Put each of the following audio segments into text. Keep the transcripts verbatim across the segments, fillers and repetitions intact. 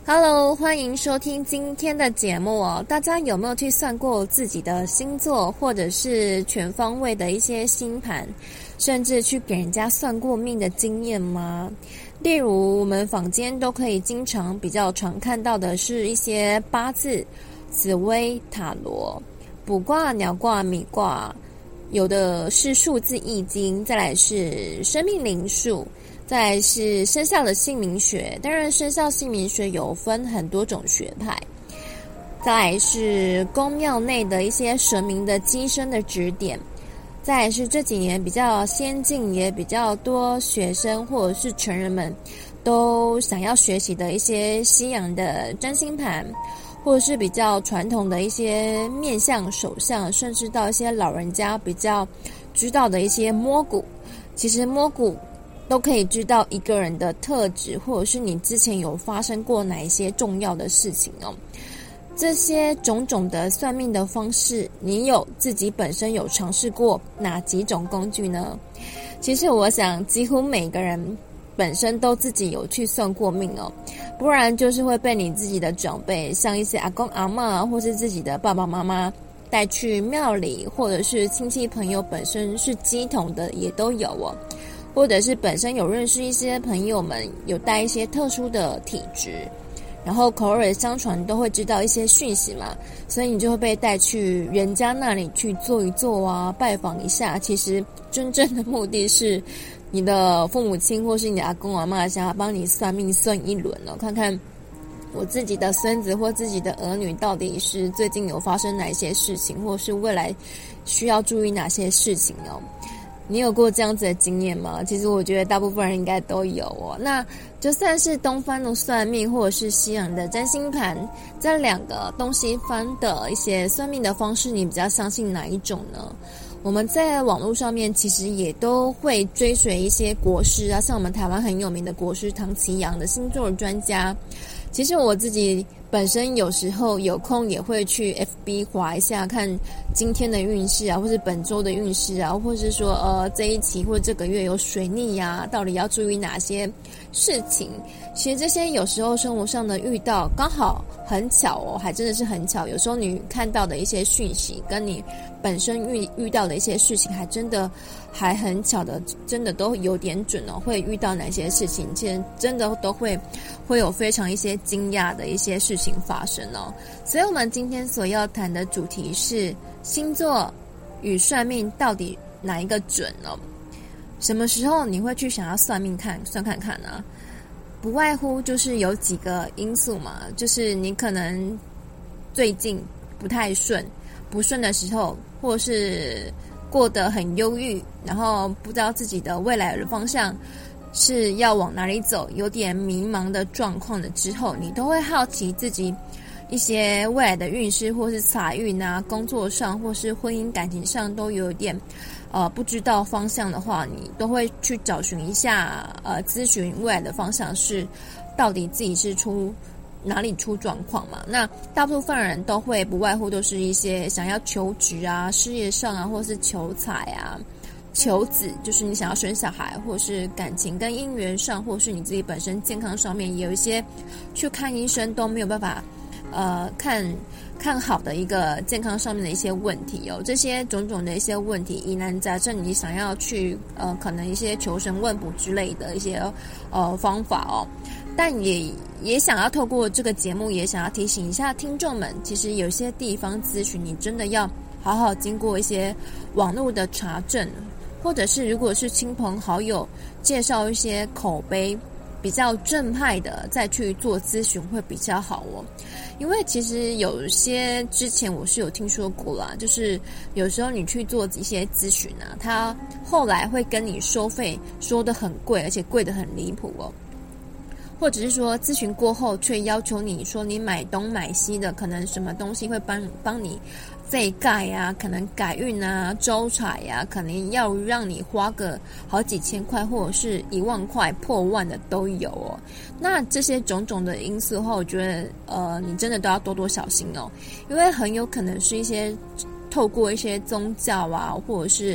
Hello， 欢迎收听今天的节目哦。大家有没有去算过自己的星座，或者是全方位的一些星盘，甚至去给人家算过命的经验吗？例如我们坊间都可以经常比较常看到的是一些八字、紫微、塔罗、卜卦、鸟卦、米卦，有的是数字易经，再来是生命灵数，再来是生肖的姓名学。当然生肖姓名学有分很多种学派，再来是宫庙内的一些神明的机身的指点，再来是这几年比较先进也比较多学生或者是成人们都想要学习的一些西洋的占星盘，或者是比较传统的一些面相手相，甚至到一些老人家比较知道的一些摸骨。其实摸骨都可以知道一个人的特质，或者是你之前有发生过哪一些重要的事情哦。这些种种的算命的方式，你有自己本身有尝试过哪几种工具呢？其实我想几乎每个人本身都自己有去算过命哦，不然就是会被你自己的长辈，像一些阿公阿嬷，或是自己的爸爸妈妈带去庙里，或者是亲戚朋友本身是乩童的也都有哦，或者是本身有认识一些朋友们有带一些特殊的体质，然后口耳相传都会知道一些讯息嘛，所以你就会被带去人家那里去坐一坐啊，拜访一下。其实真正的目的是你的父母亲或是你的阿公阿嬷想要帮你算命算一轮哦，看看我自己的孙子或自己的儿女到底是最近有发生哪些事情，或是未来需要注意哪些事情哦。你有过这样子的经验吗？其实我觉得大部分人应该都有哦。那就算是东方的算命，或者是西洋的占星盘，这两个东西方的一些算命的方式，你比较相信哪一种呢？我们在网络上面其实也都会追随一些国师啊，像我们台湾很有名的国师唐奇阳的星座专家。其实我自己本身有时候有空也会去 F B 滑一下，看今天的运势啊，或是本周的运势啊，或是说呃这一期或这个月有水逆啊，到底要注意哪些事情。其实这些有时候生活上的遇到刚好很巧哦，还真的是很巧，有时候你看到的一些讯息跟你本身遇遇到的一些事情还真的还很巧的，真的都有点准哦，会遇到哪些事情，其实真的都会会有非常一些惊讶的一些事情发生哦。所以我们今天所要谈的主题是星座与算命到底哪一个准哦？什么时候你会去想要算命看算看看呢？不外乎就是有几个因素嘛，就是你可能最近不太顺，不顺的时候，或是过得很忧郁，然后不知道自己的未来的方向是要往哪里走，有点迷茫的状况的之后，你都会好奇自己一些未来的运势，或是财运啊，工作上或是婚姻感情上都有点呃不知道方向的话，你都会去找寻一下呃咨询未来的方向是到底自己是出哪里出状况嘛。那大部分人都会不外乎都是一些想要求职啊，事业上啊，或是求财啊，求子，就是你想要生小孩，或是感情跟姻缘上，或是你自己本身健康上面也有一些去看医生都没有办法呃看看好的一个健康上面的一些问题哦。这些种种的一些问题疑难杂症，你想要去呃可能一些求神问卜之类的一些呃方法哦，但也也想要透过这个节目也想要提醒一下听众们，其实有些地方咨询你真的要好好经过一些网络的查证，或者是如果是亲朋好友介绍一些口碑比较正派的再去做咨询会比较好哦。因为其实有些之前我是有听说过啦，就是有时候你去做一些咨询啊，他后来会跟你收费说得很贵，而且贵得很离谱哦。或者是说咨询过后却要求你说你买东买西的，可能什么东西会帮帮你费盖啊，可能改运啊，招财啊，可能要让你花个好几千块或者是一万块破万的都有哦。那这些种种的因素的话，我觉得呃你真的都要多多小心哦，因为很有可能是一些透过一些宗教啊，或者是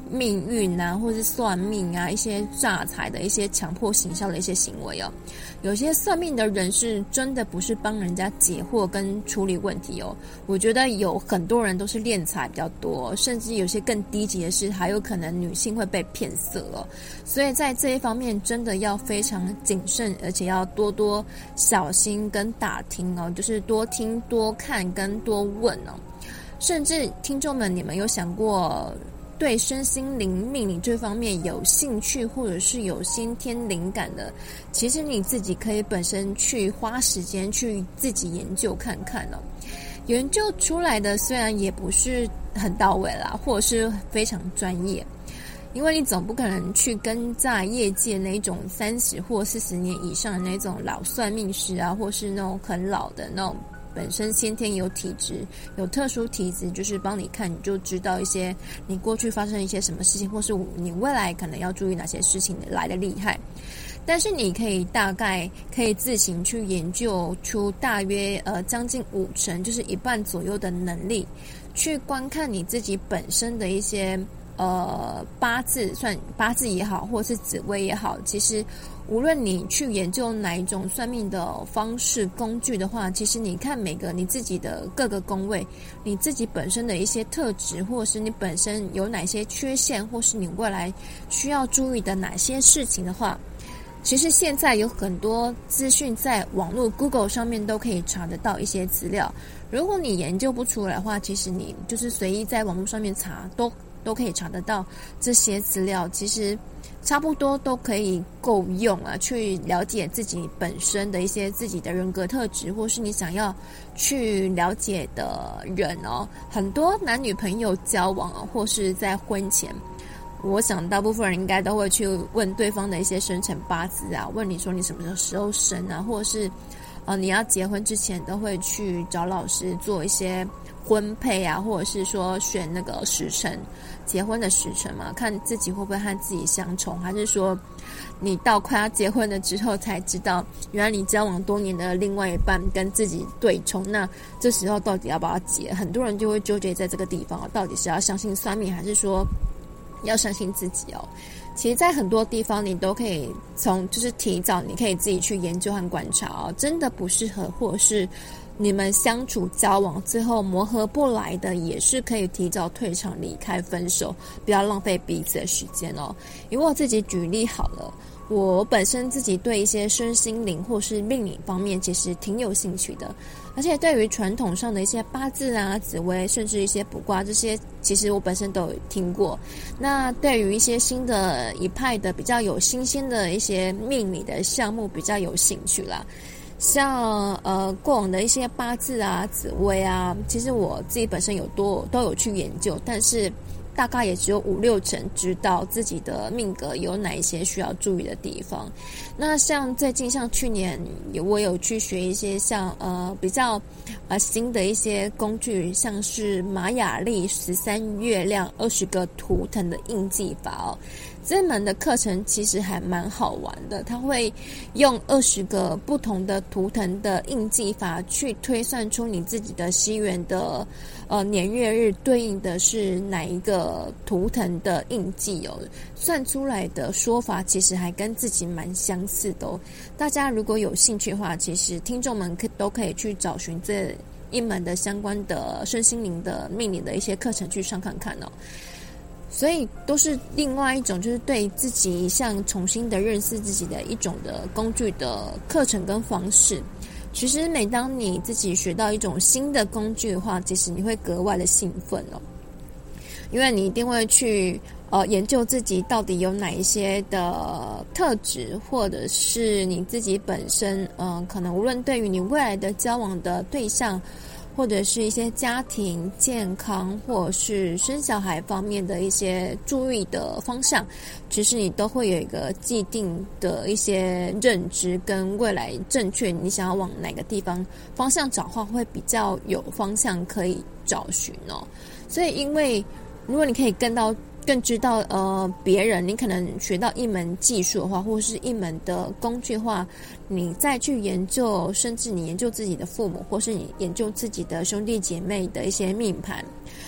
命运啊，或是算命啊，一些诈财的一些强迫行销的一些行为哦。有些算命的人是真的不是帮人家解惑跟处理问题哦，我觉得有很多人都是敛财比较多，甚至有些更低级的是还有可能女性会被骗色哦。所以在这一方面真的要非常谨慎，而且要多多小心跟打听哦，就是多听多看跟多问哦。甚至听众们，你们有想过对身心灵命理这方面有兴趣，或者是有先天灵感的，其实你自己可以本身去花时间去自己研究看看哦。研究出来的虽然也不是很到位啦，或者是非常专业，因为你总不可能去跟在业界那种三十或四十年以上的那种老算命师啊，或是那种很老的那种本身先天有体质有特殊体质，就是帮你看，你就知道一些你过去发生一些什么事情，或是你未来可能要注意哪些事情来的厉害。但是你可以大概可以自行去研究出大约呃将近五成，就是一半左右的能力，去观看你自己本身的一些呃八字，算八字也好，或是紫微也好，其实无论你去研究哪一种算命的方式工具的话，其实你看每个你自己的各个宫位，你自己本身的一些特质，或是你本身有哪些缺陷，或是你未来需要注意的哪些事情的话，其实现在有很多资讯在网络 Google 上面都可以查得到一些资料。如果你研究不出来的话，其实你就是随意在网络上面查都都可以查得到这些资料，其实差不多都可以够用啊，去了解自己本身的一些自己的人格特质，或是你想要去了解的人哦。很多男女朋友交往哦，或是在婚前，我想大部分人应该都会去问对方的一些生辰八字啊，问你说你什么时候生啊，或者是呃你要结婚之前都会去找老师做一些婚配啊，或者是说选那个时辰，结婚的时辰嘛，看自己会不会和自己相冲，还是说你到快要结婚了之后才知道，原来你交往多年的另外一半跟自己对冲，那这时候到底要不要结？很多人就会纠结在这个地方，到底是要相信算命，还是说要相信自己哦。其实在很多地方你都可以从就是提早你可以自己去研究和观察哦，真的不适合或者是你们相处交往最后磨合不来的，也是可以提早退场离开分手，不要浪费彼此的时间哦。因为我自己举例好了，我本身自己对一些身心灵或是命理方面其实挺有兴趣的，而且对于传统上的一些八字啊、紫微，甚至一些卜卦这些，其实我本身都有听过。那对于一些新的一派的比较有新鲜的一些命理的项目比较有兴趣啦。像呃过往的一些八字啊、紫微啊，其实我自己本身有多都有去研究，但是大概也只有五六成知道自己的命格有哪一些需要注意的地方。那像最近像去年我有去学一些像呃比较呃新的一些工具，像是玛雅历十三月亮二十个图腾的印记法哦。这门的课程其实还蛮好玩的，它会用二十个不同的图腾的印记法去推算出你自己的西元的呃年月日对应的是哪一个图腾的印记哦，算出来的说法其实还跟自己蛮相似的哦。大家如果有兴趣的话，其实听众们可都可以去找寻这一门的相关的身心灵的命理的一些课程去上看看哦。所以都是另外一种就是对自己一项重新的认识自己的一种的工具的课程跟方式。其实每当你自己学到一种新的工具的话，其实你会格外的兴奋哦，因为你一定会去呃研究自己到底有哪一些的特质，或者是你自己本身嗯、呃，可能无论对于你未来的交往的对象，或者是一些家庭健康或者是生小孩方面的一些注意的方向，其实你都会有一个既定的一些认知，跟未来正确你想要往哪个地方方向找的话，会比较有方向可以找寻哦。所以因为如果你可以跟到更知道呃别人，你可能学到一门技术的话，或是一门的工具的话，你再去研究，甚至你研究自己的父母，或是你研究自己的兄弟姐妹的一些命盘，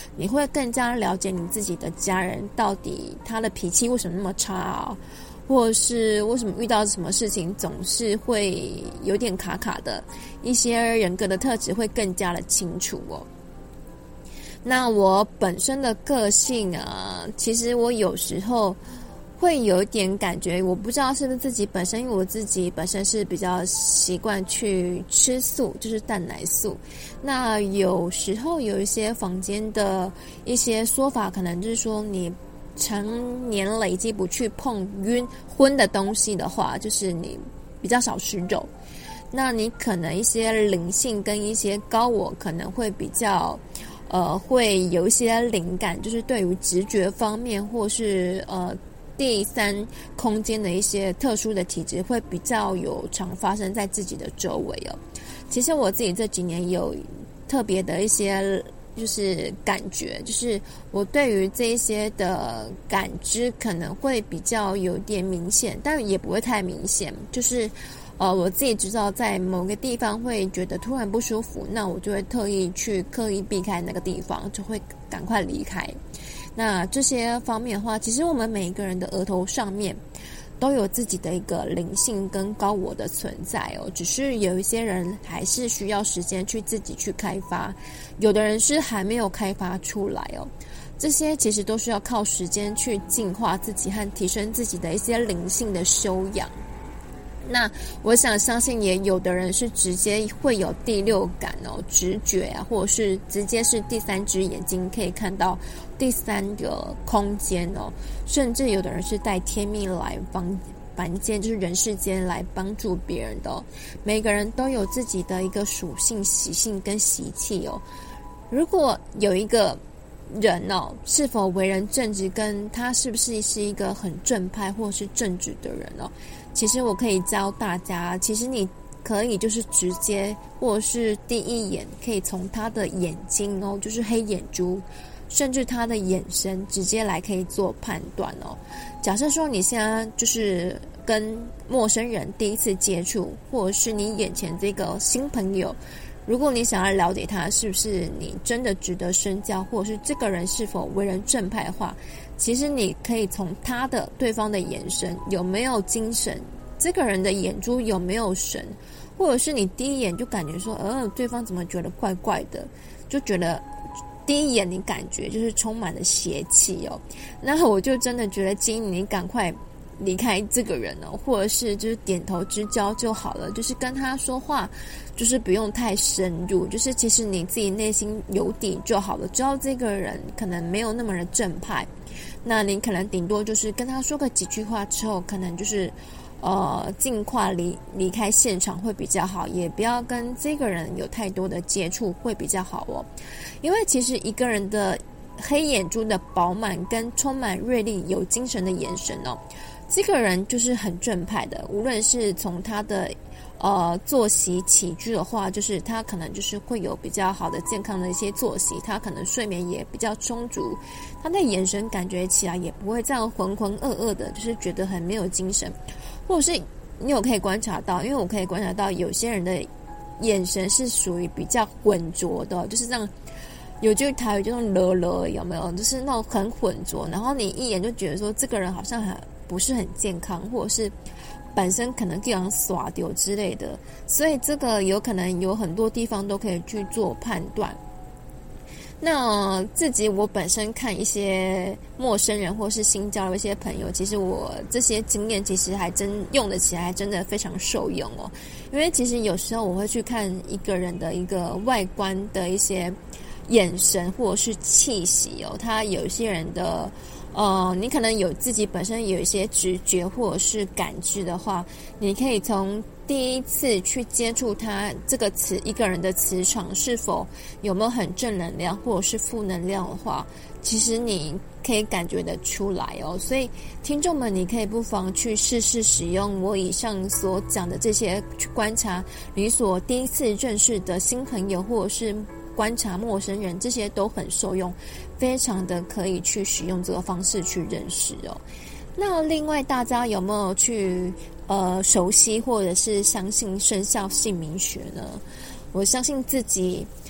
你会更加了解你自己的家人到底他的脾气为什么那么差啊，或者是为什么遇到什么事情总是会有点卡卡的，一些人格的特质会更加的清楚哦。那我本身的个性啊，其实我有时候会有一点感觉，我不知道是不是自己本身，因为我自己本身是比较习惯去吃素，就是蛋奶素。那有时候有一些坊间的一些说法，可能就是说你常年累积不去碰晕荤的东西的话，就是你比较少吃肉，那你可能一些灵性跟一些高我可能会比较呃会有一些灵感，就是对于直觉方面或是呃第三空间的一些特殊的体质会比较有常发生在自己的周围哦。其实我自己这几年有特别的一些就是感觉，就是我对于这一些的感知可能会比较有点明显，但也不会太明显，就是呃我自己知道在某个地方会觉得突然不舒服，那我就会特意去刻意避开那个地方，就会赶快离开。那这些方面的话，其实我们每一个人的额头上面都有自己的一个灵性跟高我的存在哦，只是有一些人还是需要时间去自己去开发，有的人是还没有开发出来哦。这些其实都是要靠时间去净化自己和提升自己的一些灵性的修养。那我想相信也有的人是直接会有第六感哦，直觉啊，或者是直接是第三只眼睛可以看到第三个空间哦，甚至有的人是带天命来帮凡间，就是人世间来帮助别人的哦。每个人都有自己的一个属性、习性跟习气哦。如果有一个人哦，是否为人正直，跟他是不是是一个很正派或是正直的人哦，其实我可以教大家，其实你可以就是直接或者是第一眼可以从他的眼睛哦，就是黑眼珠，甚至他的眼神直接来可以做判断哦。假设说你现在就是跟陌生人第一次接触，或者是你眼前这个新朋友，如果你想要了解他是不是你真的值得深交，或者是这个人是否为人正派的话，其实你可以从他的对方的眼神有没有精神，这个人的眼珠有没有神，或者是你第一眼就感觉说呃，对方怎么觉得怪怪的，就觉得第一眼你感觉就是充满了邪气哦，那我就真的觉得建议你赶快离开这个人哦，或者是就是点头之交就好了，就是跟他说话就是不用太深入，就是其实你自己内心有底就好了，知道这个人可能没有那么的正派，那你可能顶多就是跟他说个几句话之后，可能就是呃尽快离离开现场会比较好，也不要跟这个人有太多的接触会比较好哦。因为其实一个人的黑眼珠的饱满跟充满锐利有精神的眼神哦，这个人就是很正派的，无论是从他的呃作息起居的话，就是他可能就是会有比较好的健康的一些作息，他可能睡眠也比较充足，他的眼神感觉起来也不会这样浑浑噩噩的，就是觉得很没有精神。或者是你有可以观察到，因为我可以观察到有些人的眼神是属于比较浑浊的，就是这样，有句台语就那种了了，有没有？就是那种很浑浊，然后你一眼就觉得说这个人好像很不是很健康，或者是本身可能地方耍丢之类的，所以这个有可能有很多地方都可以去做判断。那自己我本身看一些陌生人或是新交的一些朋友，其实我这些经验其实还真用得起来，还真的非常受用哦。因为其实有时候我会去看一个人的一个外观的一些眼神或者是气息哦，他有一些人的呃，你可能有自己本身有一些直觉或者是感知的话，你可以从第一次去接触他这个磁一个人的磁场是否有没有很正能量或者是负能量的话，其实你可以感觉得出来哦。所以听众们，你可以不妨去试试使用我以上所讲的这些，去观察你所第一次认识的新朋友，或者是观察陌生人，这些都很受用，非常的可以去使用这个方式去认识哦。那另外大家有没有去呃熟悉或者是相信生肖姓名学呢？我相信自己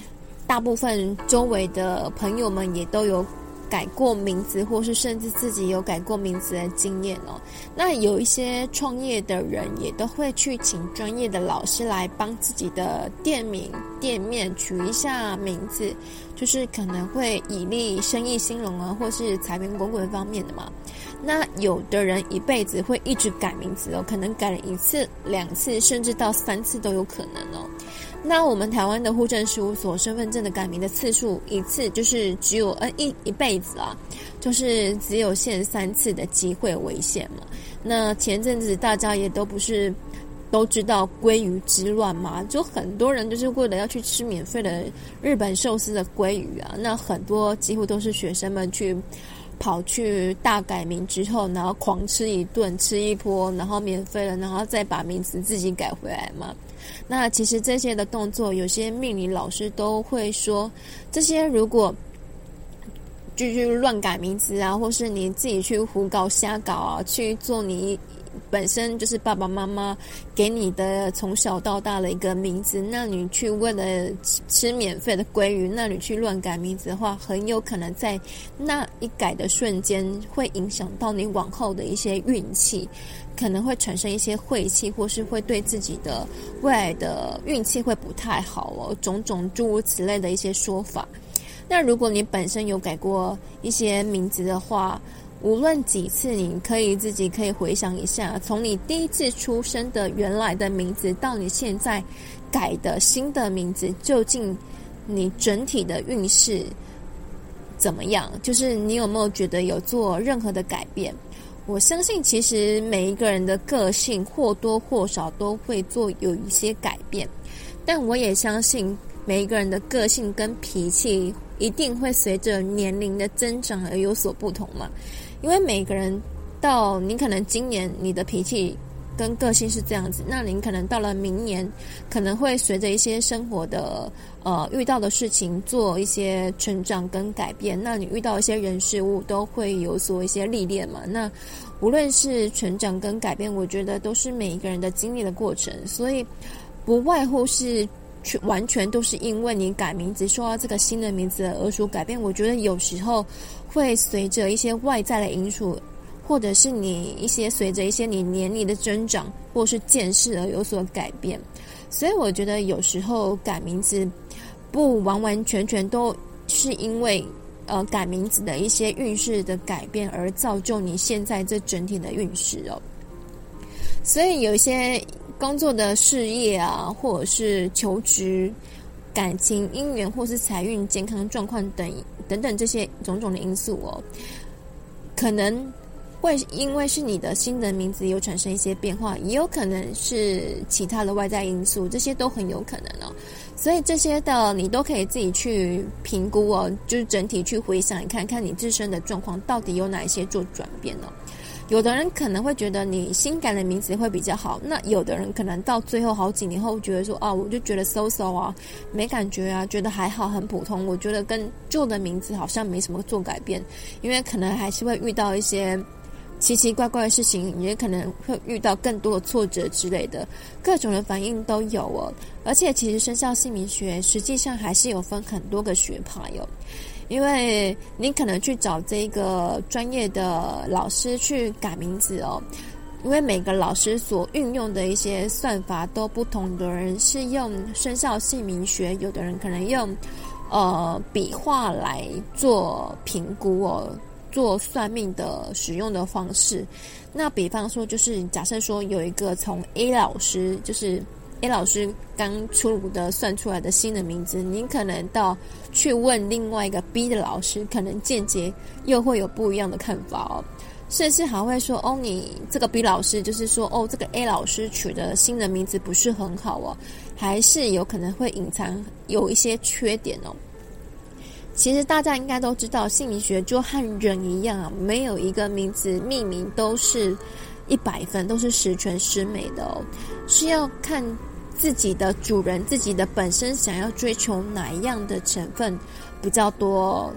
大部分周围的朋友们也都有改过名字，或是甚至自己有改过名字的经验哦。那有一些创业的人也都会去请专业的老师来帮自己的店名、店面取一下名字，就是可能会以利生意兴隆啊，或是财源滚滚方面的嘛。那有的人一辈子会一直改名字哦，可能改了一次、两次，甚至到三次都有可能哦。那我们台湾的户政事务所身份证的改名的次数，一次就是只有呃一一辈子啊，就是只有限三次的机会为限嘛。那前阵子大家也都不是都知道鲑鱼之乱嘛，就很多人就是为了要去吃免费的日本寿司的鲑鱼啊，那很多几乎都是学生们去跑去大改名之后，然后狂吃一顿，吃一波，然后免费了，然后再把名字自己改回来嘛。那其实这些的动作，有些命理老师都会说，这些如果就是乱改名字啊，或是你自己去胡搞瞎搞啊，去做你本身就是爸爸妈妈给你的从小到大的一个名字，那你去为了吃免费的鲑鱼，那你去乱改名字的话，很有可能在那一改的瞬间会影响到你往后的一些运气，可能会产生一些晦气，或是会对自己的未来的运气会不太好哦，种种诸如此类的一些说法。那如果你本身有改过一些名字的话，无论几次，你可以自己可以回想一下，从你第一次出生的原来的名字到你现在改的新的名字，究竟你整体的运势怎么样？就是你有没有觉得有做任何的改变？我相信其实每一个人的个性或多或少都会做有一些改变，但我也相信每一个人的个性跟脾气一定会随着年龄的增长而有所不同嘛。因为每个人到你可能今年你的脾气跟个性是这样子，那你可能到了明年可能会随着一些生活的呃遇到的事情做一些成长跟改变，那你遇到一些人事物都会有所一些历练嘛。那无论是成长跟改变，我觉得都是每一个人的经历的过程，所以不外乎是完全都是因为你改名字受到这个新的名字而所改变。我觉得有时候会随着一些外在的因素，或者是你一些随着一些你年龄的增长或是见识而有所改变。所以我觉得有时候改名字不完完全全都是因为呃改名字的一些运势的改变而造就你现在这整体的运势哦。所以有一些工作的事业啊，或者是求职、感情、姻缘，或是财运、健康状况等等等这些种种的因素哦，可能会因为是你的新的名字有产生一些变化，也有可能是其他的外在因素，这些都很有可能哦。所以这些的你都可以自己去评估哦，就是整体去回想，看看你自身的状况到底有哪一些做转变哦。有的人可能会觉得你新改的名字会比较好，那有的人可能到最后好几年后觉得说啊，我就觉得 so so 啊，没感觉啊，觉得还好，很普通，我觉得跟旧的名字好像没什么做改变，因为可能还是会遇到一些奇奇怪怪的事情，也可能会遇到更多的挫折之类的，各种的反应都有哦。而且其实生肖姓名学实际上还是有分很多个学派哦。因为你可能去找这个专业的老师去改名字哦，因为每个老师所运用的一些算法都不同，有的人是用生肖姓名学，有的人可能用呃笔画来做评估哦，做算命的使用的方式。那比方说就是假设说有一个从 A 老师，就是 A 老师刚出炉的算出来的新的名字，你可能到去问另外一个 B 的老师，可能见解又会有不一样的看法哦。甚至还会说哦，你这个 B 老师就是说哦，这个 A 老师取的新的名字不是很好哦，还是有可能会隐藏有一些缺点哦。其实大家应该都知道，姓名学就和人一样啊，没有一个名字命名都是一百分，都是十全十美的哦，是要看自己的主人自己的本身想要追求哪一样的成分比较多，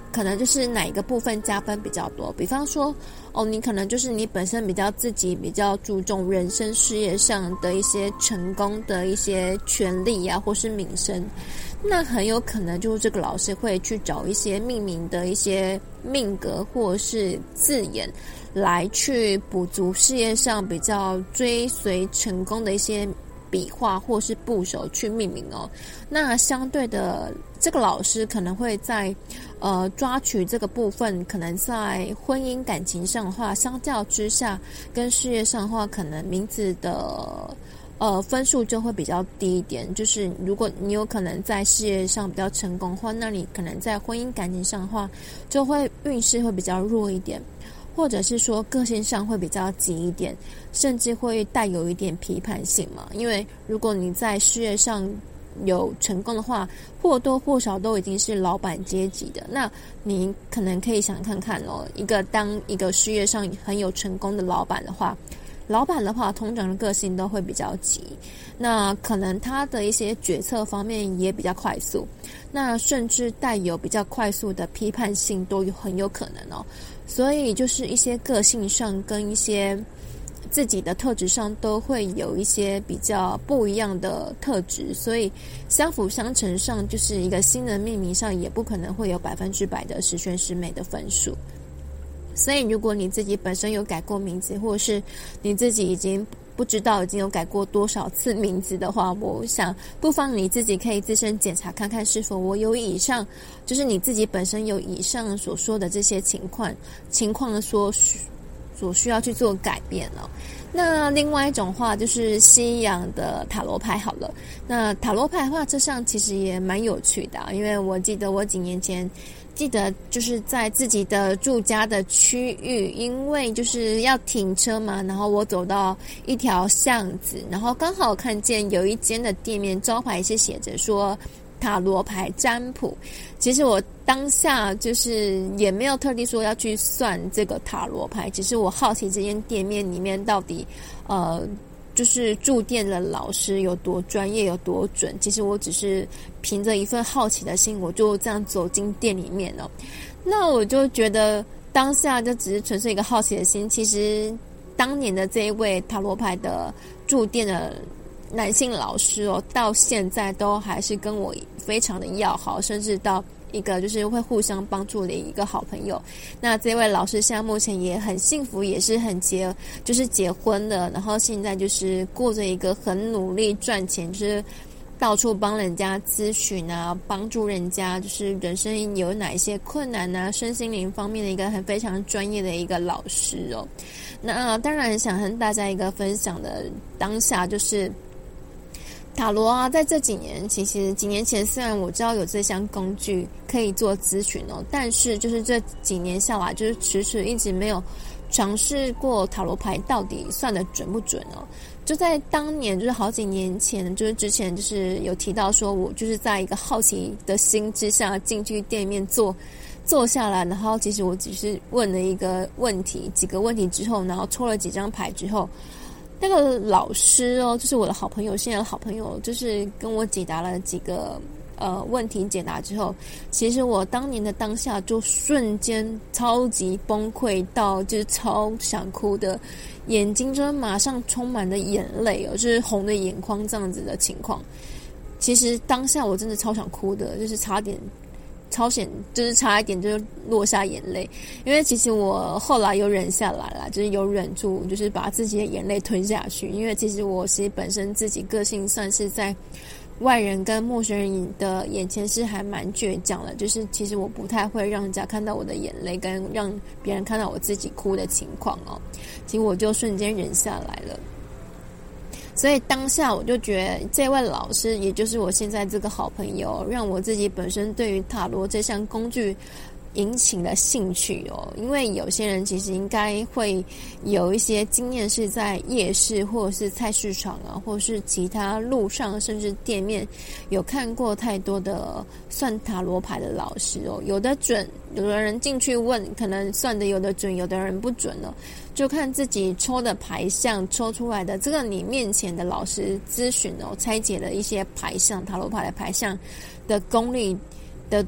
可能就是哪一个部分加分比较多。比方说，哦，你可能就是你本身比较自己比较注重人生事业上的一些成功的一些权利啊，或是名声，那很有可能就是这个老师会去找一些命名的一些命格或是字眼，来去补足事业上比较追随成功的一些笔画或是部首去命名哦。那相对的，这个老师可能会在呃抓取这个部分，可能在婚姻感情上的话，相较之下跟事业上的话，可能名字的呃分数就会比较低一点。就是如果你有可能在事业上比较成功的话，那你可能在婚姻感情上的话，就会运势会比较弱一点。或者是说个性上会比较急一点，甚至会带有一点批判性嘛。因为如果你在事业上有成功的话，或多或少都已经是老板阶级的，那你可能可以想看看哦，一个当一个事业上很有成功的老板的话，老板的话通常的个性都会比较急，那可能他的一些决策方面也比较快速，那甚至带有比较快速的批判性都很有可能哦。所以就是一些个性上跟一些自己的特质上都会有一些比较不一样的特质，所以相辅相成上，就是一个新的命名上也不可能会有百分之百的十全十美的分数。所以如果你自己本身有改过名字，或者是你自己已经不知道已经有改过多少次名字的话，我想不妨你自己可以自身检查看看，是否我有以上，就是你自己本身有以上所说的这些情况情况所所需要去做改变了。那另外一种话就是西洋的塔罗牌好了。那塔罗牌的话，这项其实也蛮有趣的，因为我记得我几年前记得就是在自己的住家的区域，因为就是要停车嘛，然后我走到一条巷子，然后刚好看见有一间的店面招牌是写着说塔罗牌占卜。其实我当下就是也没有特地说要去算这个塔罗牌，只是我好奇这间店面里面到底呃就是驻店的老师有多专业有多准。其实我只是凭着一份好奇的心，我就这样走进店里面了。那我就觉得当下就只是纯粹一个好奇的心，其实当年的这一位塔罗牌的驻店的男性老师哦，到现在都还是跟我非常的要好，甚至到一个就是会互相帮助的一个好朋友。那这位老师现在目前也很幸福，也是很结就是结婚了，然后现在就是过着一个很努力赚钱，就是到处帮人家咨询啊，帮助人家就是人生有哪一些困难啊，身心灵方面的一个很非常专业的一个老师哦。那当然想和大家一个分享的当下就是塔罗啊，在这几年，其实几年前虽然我知道有这项工具可以做咨询哦，但是就是这几年下来，就是迟迟一直没有尝试过塔罗牌到底算得准不准哦。就在当年，就是好几年前，就是之前就是有提到说，我就是在一个好奇的心之下进去店面坐坐下来，然后其实我只是问了一个问题，几个问题之后，然后抽了几张牌之后。那个老师哦，就是我的好朋友，现在的好朋友，就是跟我解答了几个呃问题解答之后，其实我当年的当下就瞬间超级崩溃到就是超想哭的，眼睛就马上充满了眼泪哦，就是红的眼眶这样子的情况。其实当下我真的超想哭的，就是差点。超险，就是差一点就落下眼泪，因为其实我后来有忍下来了，就是有忍住，就是把自己的眼泪吞下去。因为其实我其实本身自己个性算是在外人跟陌生人的眼前是还蛮倔强的，就是其实我不太会让人家看到我的眼泪，跟让别人看到我自己哭的情况哦。其实我就瞬间忍下来了。所以当下我就觉得这位老师，也就是我现在这个好朋友，让我自己本身对于塔罗这项工具引起了兴趣哦。因为有些人其实应该会有一些经验是在夜市或者是菜市场啊，或者是其他路上甚至店面有看过太多的算塔罗牌的老师哦，有的准，有的人进去问可能算的有的准，有的人不准哦，就看自己抽的牌象抽出来的这个你面前的老师咨询哦，拆解了一些牌象塔罗牌的牌象的功力的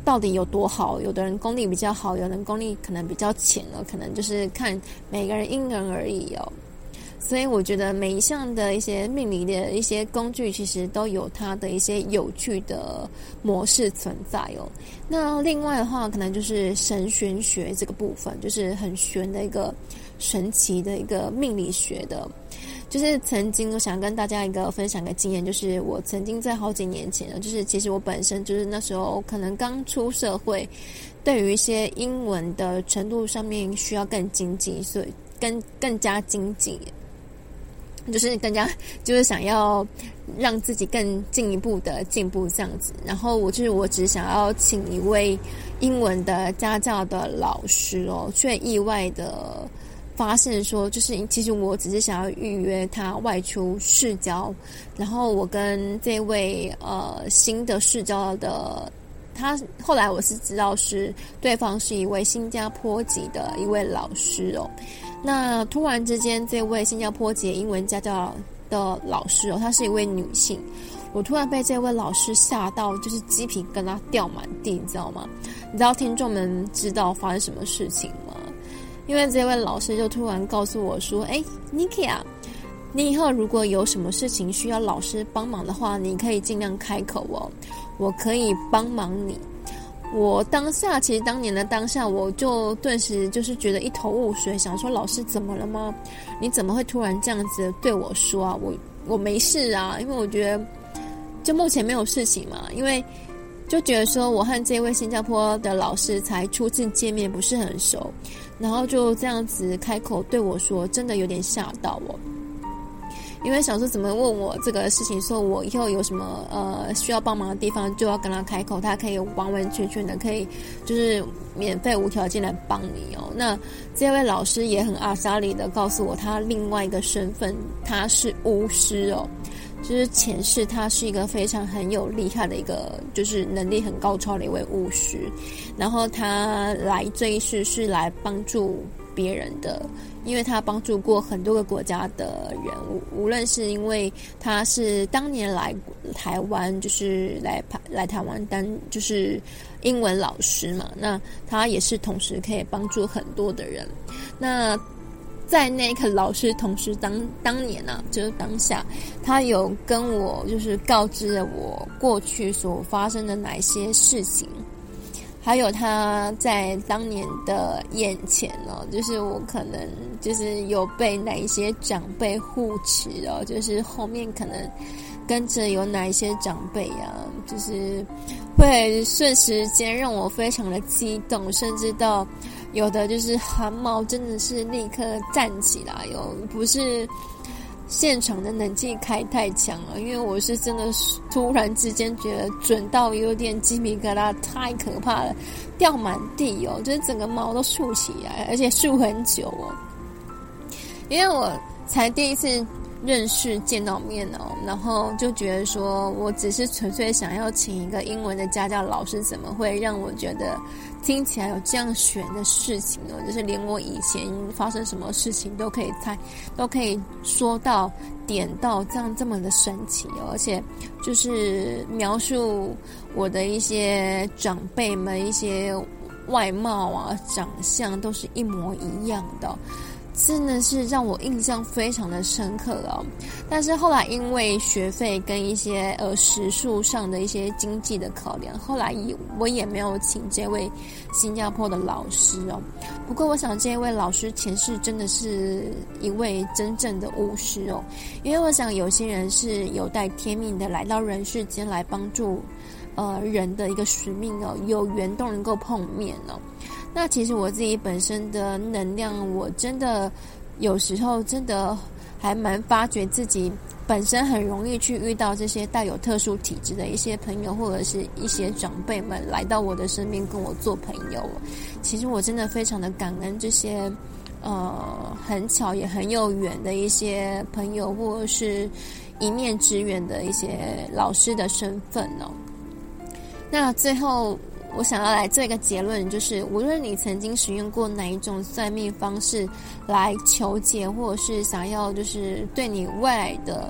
到底有多好，有的人功力比较好，有人功力可能比较浅了，可能就是看每个人因人而异哦。所以我觉得每一项的一些命理的一些工具，其实都有它的一些有趣的模式存在哦。那另外的话，可能就是神玄学这个部分，就是很玄的一个神奇的一个命理学的。就是曾经我想跟大家一个分享一个经验，就是我曾经在好几年前呢，就是其实我本身就是那时候可能刚出社会，对于一些英文的程度上面需要更精进，所以更更加精进，就是更加就是想要让自己更进一步的进步这样子。然后我就是我只想要请一位英文的家教的老师哦，却意外的发现说，就是其实我只是想要预约他外出试教，然后我跟这位呃新的试教的他，后来我是知道是对方是一位新加坡籍的一位老师哦。那突然之间，这位新加坡籍英文家教的老师哦，她是一位女性，我突然被这位老师吓到，就是鸡皮疙瘩掉满地，你知道吗？你知道听众们知道发生什么事情吗？因为这位老师就突然告诉我说，诶 Nikki 啊，你以后如果有什么事情需要老师帮忙的话，你可以尽量开口哦，我可以帮忙你。我当下其实当年的当下，我就顿时就是觉得一头雾水，想说老师怎么了吗？你怎么会突然这样子对我说啊？我我没事啊，因为我觉得就目前没有事情嘛，因为就觉得说我和这位新加坡的老师才初次见面，不是很熟，然后就这样子开口对我说，真的有点吓到我。因为想说怎么问我这个事情，说我以后有什么呃需要帮忙的地方，就要跟他开口，他可以完完全全的可以就是免费无条件的帮你哦。那这位老师也很阿莎里的告诉我，他另外一个身份，他是巫师哦。就是前世他是一个非常很有厉害的一个，就是能力很高超的一位巫师，然后他来这一世是来帮助别人的，因为他帮助过很多个国家的人，无论是因为他是当年来台湾，就是来来台湾当就是英文老师嘛，那他也是同时可以帮助很多的人。那在那个老师同时当当年啊，就是当下，他有跟我就是告知了我过去所发生的哪些事情，还有他在当年的眼前哦，就是我可能就是有被哪一些长辈护持哦，就是后面可能跟着有哪一些长辈啊，就是会瞬时间让我非常的激动，甚至到有的就是汗毛真的是立刻站起来哦，不是现场的冷气开太强了，因为我是真的突然之间觉得准到有点鸡皮疙瘩，太可怕了，掉满地哦，就是整个毛都竖起来，而且竖很久哦。因为我才第一次认识见到面哦，然后就觉得说我只是纯粹想要请一个英文的家教老师，怎么会让我觉得听起来有这样玄的事情哦？就是连我以前发生什么事情都可以猜，都可以说到点到，这样这么的神奇哦！而且就是描述我的一些长辈们一些外貌啊、长相都是一模一样的哦。真的是让我印象非常的深刻哦。但是后来因为学费跟一些呃时数上的一些经济的考量，后来我也没有请这位新加坡的老师哦。不过我想这位老师前世真的是一位真正的巫师哦，因为我想有些人是有待天命的来到人世间来帮助呃人的一个使命哦，有缘都能够碰面哦。那其实我自己本身的能量，我真的有时候真的还蛮发觉自己本身很容易去遇到这些带有特殊体质的一些朋友，或者是一些长辈们来到我的身边跟我做朋友。其实我真的非常的感恩这些呃很巧也很有缘的一些朋友，或者是一面之缘的一些老师的身份哦。那最后我想要来做一个结论，就是无论你曾经使用过哪一种算命方式来求解，或者是想要就是对你未来的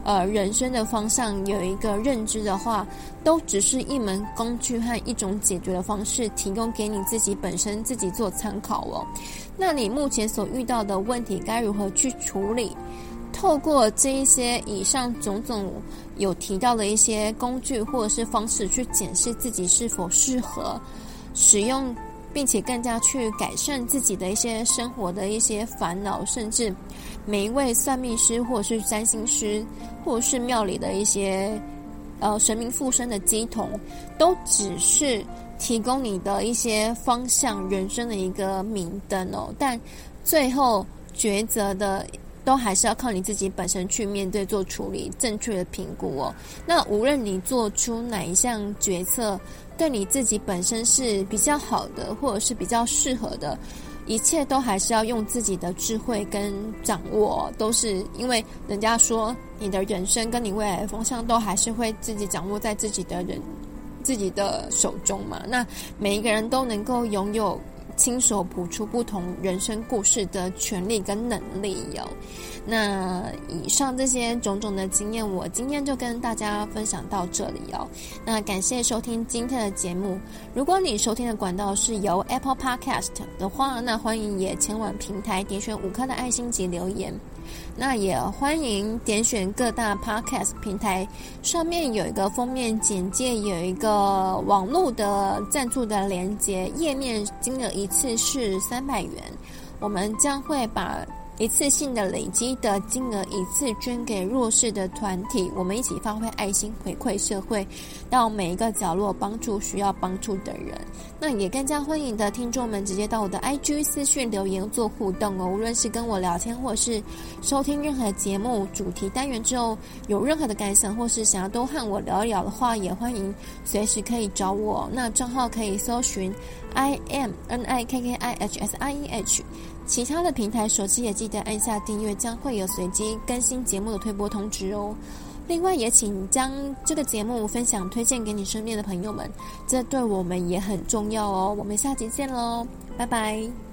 呃人生的方向有一个认知的话，都只是一门工具和一种解决的方式，提供给你自己本身自己做参考哦。那你目前所遇到的问题该如何去处理？透过这一些以上种种有提到的一些工具或者是方式去检视自己是否适合使用，并且更加去改善自己的一些生活的一些烦恼，甚至每一位算命师或者是占星师或者是庙里的一些呃神明附身的乩童，都只是提供你的一些方向人生的一个明灯哦，但最后抉择的都还是要靠你自己本身去面对做处理，正确的评估哦。那无论你做出哪一项决策对你自己本身是比较好的或者是比较适合的，一切都还是要用自己的智慧跟掌握，都是因为人家说你的人生跟你未来的方向都还是会自己掌握在自己的人自己的手中嘛。那每一个人都能够拥有亲手谱出不同人生故事的权利跟能力哦。那以上这些种种的经验，我今天就跟大家分享到这里哦。那感谢收听今天的节目。如果你收听的管道是由 Apple Podcast 的话，那欢迎也前往平台点选五颗的爱心及留言。那也欢迎点选各大 podcast 平台，上面有一个封面简介，有一个网络的赞助的连结，页面金额一次是三百元，我们将会把一次性的累积的金额一次捐给弱势的团体，我们一起发挥爱心回馈社会，到每一个角落帮助需要帮助的人。那也更加欢迎的听众们直接到我的 I G 私讯留言做互动哦，无论是跟我聊天或是收听任何节目主题单元之后有任何的感想，或是想要多和我聊一聊的话，也欢迎随时可以找我。那账号可以搜寻 I M N I K K I H S I E H， 其他的平台手机也记得按下订阅，将会有随机更新节目的推播通知哦。另外也请将这个节目分享推荐给你身边的朋友们，这对我们也很重要哦。我们下集见咯，拜拜。